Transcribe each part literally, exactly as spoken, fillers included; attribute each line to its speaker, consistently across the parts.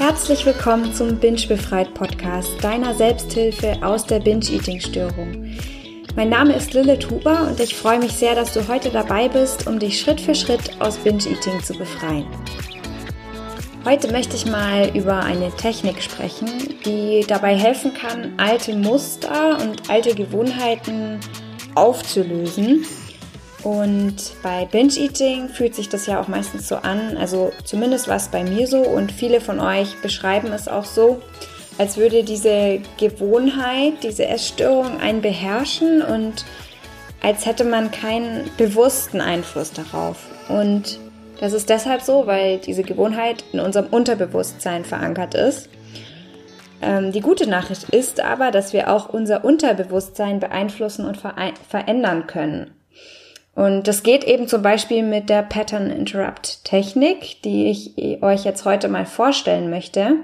Speaker 1: Herzlich willkommen zum Binge-Befreit-Podcast, deiner Selbsthilfe aus der Binge-Eating-Störung. Mein Name ist Lilith Huber und ich freue mich sehr, dass du heute dabei bist, um dich Schritt für Schritt aus Binge-Eating zu befreien. Heute möchte ich mal über eine Technik sprechen, die dabei helfen kann, alte Muster und alte Gewohnheiten aufzulösen. Und bei Binge-Eating fühlt sich das ja auch meistens so an, also zumindest war es bei mir so und viele von euch beschreiben es auch so, als würde diese Gewohnheit, diese Essstörung einen beherrschen und als hätte man keinen bewussten Einfluss darauf. Und das ist deshalb so, weil diese Gewohnheit in unserem Unterbewusstsein verankert ist. Ähm, die gute Nachricht ist aber, dass wir auch unser Unterbewusstsein beeinflussen und verein- verändern können. Und das geht eben zum Beispiel mit der Pattern Interrupt Technik, die ich euch jetzt heute mal vorstellen möchte.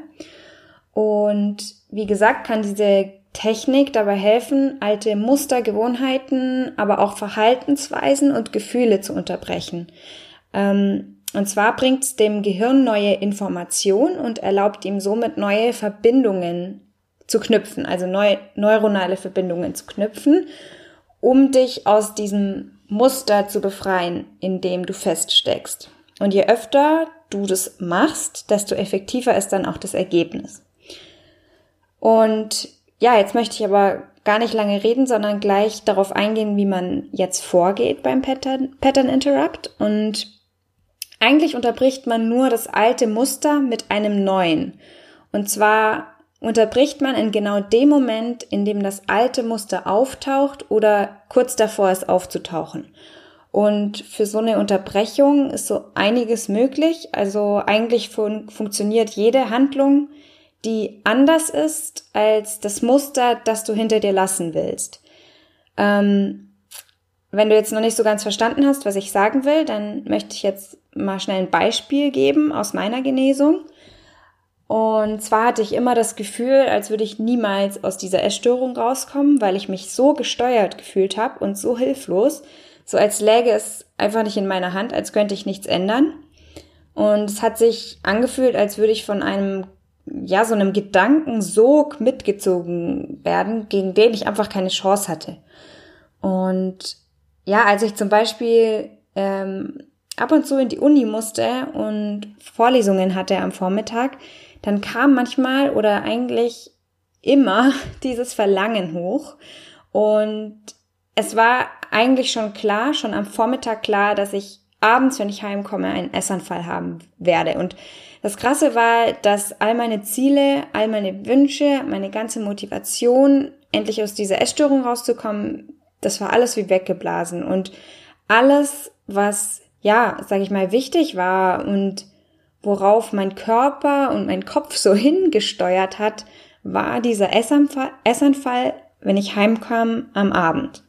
Speaker 1: Und wie gesagt, kann diese Technik dabei helfen, alte Muster, Gewohnheiten, aber auch Verhaltensweisen und Gefühle zu unterbrechen. Und zwar bringt es dem Gehirn neue Informationen und erlaubt ihm somit neue Verbindungen zu knüpfen, also neue neuronale Verbindungen zu knüpfen, um dich aus diesem Muster zu befreien, in dem du feststeckst. Und je öfter du das machst, desto effektiver ist dann auch das Ergebnis. Und ja, jetzt möchte ich aber gar nicht lange reden, sondern gleich darauf eingehen, wie man jetzt vorgeht beim Pattern, Pattern Interrupt. Und eigentlich unterbricht man nur das alte Muster mit einem neuen. Und zwar unterbricht man in genau dem Moment, in dem das alte Muster auftaucht oder kurz davor ist aufzutauchen. Und für so eine Unterbrechung ist so einiges möglich. Also eigentlich fun- funktioniert jede Handlung, die anders ist als das Muster, das du hinter dir lassen willst. Ähm, wenn du jetzt noch nicht so ganz verstanden hast, was ich sagen will, dann möchte ich jetzt mal schnell ein Beispiel geben aus meiner Genesung. Und zwar hatte ich immer das Gefühl, als würde ich niemals aus dieser Essstörung rauskommen, weil ich mich so gesteuert gefühlt habe und so hilflos, so als läge es einfach nicht in meiner Hand, als könnte ich nichts ändern. Und es hat sich angefühlt, als würde ich von einem, ja, so einem Gedankensog mitgezogen werden, gegen den ich einfach keine Chance hatte. Und ja, als ich zum Beispiel ähm, ab und zu in die Uni musste und Vorlesungen hatte am Vormittag, dann kam manchmal oder eigentlich immer dieses Verlangen hoch. Und es war eigentlich schon klar, schon am Vormittag klar, dass ich abends, wenn ich heimkomme, einen Essanfall haben werde. Und das Krasse war, dass all meine Ziele, all meine Wünsche, meine ganze Motivation, endlich aus dieser Essstörung rauszukommen, das war alles wie weggeblasen. Und alles, was, ja, sag ich mal, wichtig war und worauf mein Körper und mein Kopf so hingesteuert hat, war dieser Essanfall, Essanfall, wenn ich heimkam am Abend.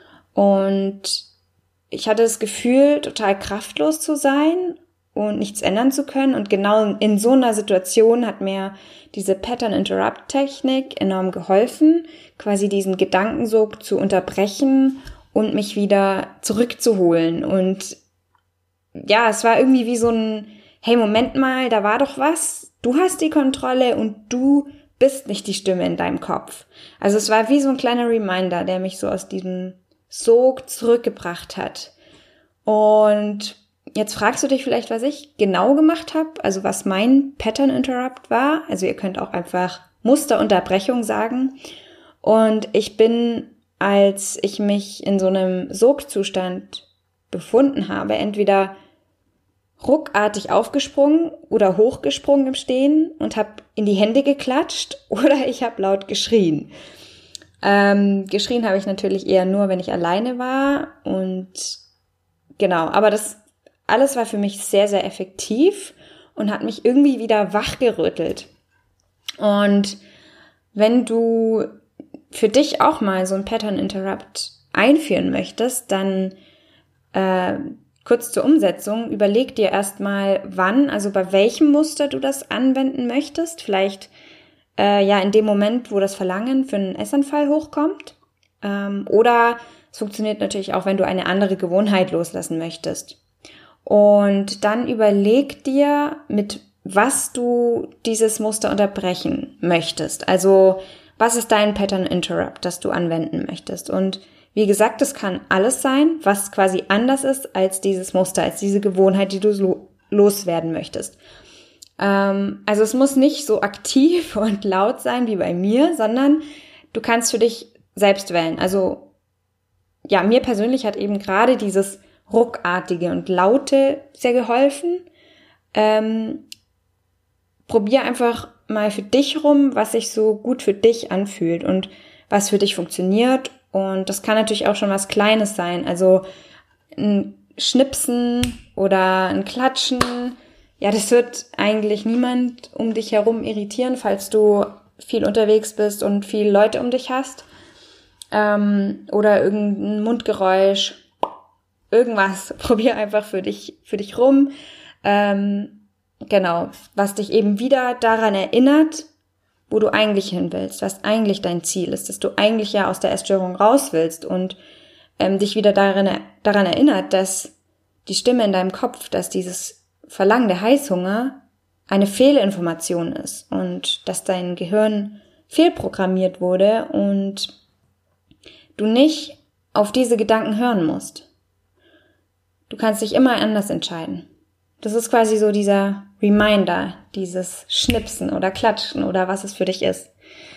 Speaker 1: Und ich hatte das Gefühl, total kraftlos zu sein und nichts ändern zu können. Und genau in so einer Situation hat mir diese Pattern Interrupt Technik enorm geholfen, quasi diesen Gedankensog zu unterbrechen und mich wieder zurückzuholen. Und ja, es war irgendwie wie so ein hey, Moment mal, da war doch was, du hast die Kontrolle und du bist nicht die Stimme in deinem Kopf. Also es war wie so ein kleiner Reminder, der mich so aus diesem Sog zurückgebracht hat. Und jetzt fragst du dich vielleicht, was ich genau gemacht habe, also was mein Pattern Interrupt war. Also ihr könnt auch einfach Musterunterbrechung sagen. Und ich bin, als ich mich in so einem Sogzustand befunden habe, entweder ruckartig aufgesprungen oder hochgesprungen im Stehen und habe in die Hände geklatscht oder ich habe laut geschrien. Ähm, geschrien habe ich natürlich eher nur, wenn ich alleine war und genau, aber das alles war für mich sehr, sehr effektiv und hat mich irgendwie wieder wachgerüttelt. Und wenn du für dich auch mal so ein Pattern Interrupt einführen möchtest, dann äh, kurz zur Umsetzung, überleg dir erstmal, wann, also bei welchem Muster du das anwenden möchtest. Vielleicht äh, ja in dem Moment, wo das Verlangen für einen Essanfall hochkommt. Ähm, oder es funktioniert natürlich auch, wenn du eine andere Gewohnheit loslassen möchtest. Und dann überleg dir, mit was du dieses Muster unterbrechen möchtest. Also was ist dein Pattern Interrupt, das du anwenden möchtest? Und wie gesagt, es kann alles sein, was quasi anders ist als dieses Muster, als diese Gewohnheit, die du lo- loswerden möchtest. Ähm, also es muss nicht so aktiv und laut sein wie bei mir, sondern du kannst für dich selbst wählen. Also ja, mir persönlich hat eben gerade dieses ruckartige und laute sehr geholfen. Ähm, probier einfach mal für dich rum, was sich so gut für dich anfühlt und was für dich funktioniert. Und das kann natürlich auch schon was Kleines sein. Also ein Schnipsen oder ein Klatschen. Ja, das wird eigentlich niemand um dich herum irritieren, falls du viel unterwegs bist und viele Leute um dich hast. Ähm, oder irgendein Mundgeräusch. Irgendwas. Probier einfach für dich, für dich rum. Ähm, Genau, was dich eben wieder daran erinnert, wo du eigentlich hin willst, was eigentlich dein Ziel ist, dass du eigentlich ja aus der Essstörung raus willst und ähm, dich wieder daran, daran erinnert, dass die Stimme in deinem Kopf, dass dieses Verlangen, der Heißhunger eine Fehlinformation ist und dass dein Gehirn fehlprogrammiert wurde und du nicht auf diese Gedanken hören musst. Du kannst dich immer anders entscheiden. Das ist quasi so dieser Reminder, dieses Schnipsen oder Klatschen oder was es für dich ist.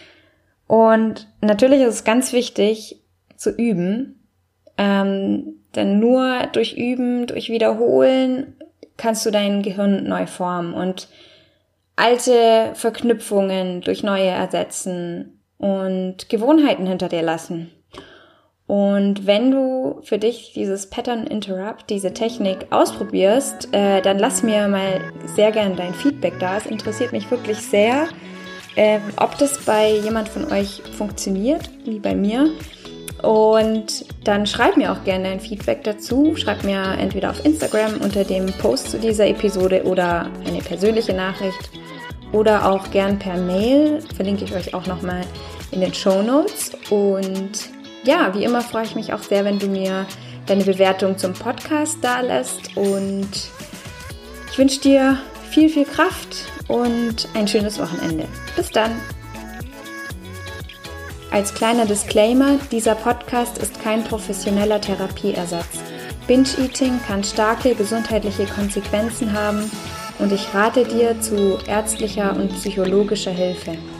Speaker 1: Und natürlich ist es ganz wichtig zu üben, ähm, denn nur durch Üben, durch Wiederholen kannst du dein Gehirn neu formen und alte Verknüpfungen durch neue ersetzen und Gewohnheiten hinter dir lassen. Und wenn du für dich dieses Pattern Interrupt, diese Technik ausprobierst, äh, dann lass mir mal sehr gern dein Feedback da. Es interessiert mich wirklich sehr, äh, ob das bei jemand von euch funktioniert, wie bei mir. Und dann schreib mir auch gerne dein Feedback dazu. Schreib mir entweder auf Instagram unter dem Post zu dieser Episode oder eine persönliche Nachricht oder auch gern per Mail. Verlinke ich euch auch nochmal in den Shownotes. Und ja, wie immer freue ich mich auch sehr, wenn du mir deine Bewertung zum Podcast dalässt und ich wünsche dir viel, viel Kraft und ein schönes Wochenende. Bis dann! Als kleiner Disclaimer, dieser Podcast ist kein professioneller Therapieersatz. Binge-Eating kann starke gesundheitliche Konsequenzen haben und ich rate dir zu ärztlicher und psychologischer Hilfe.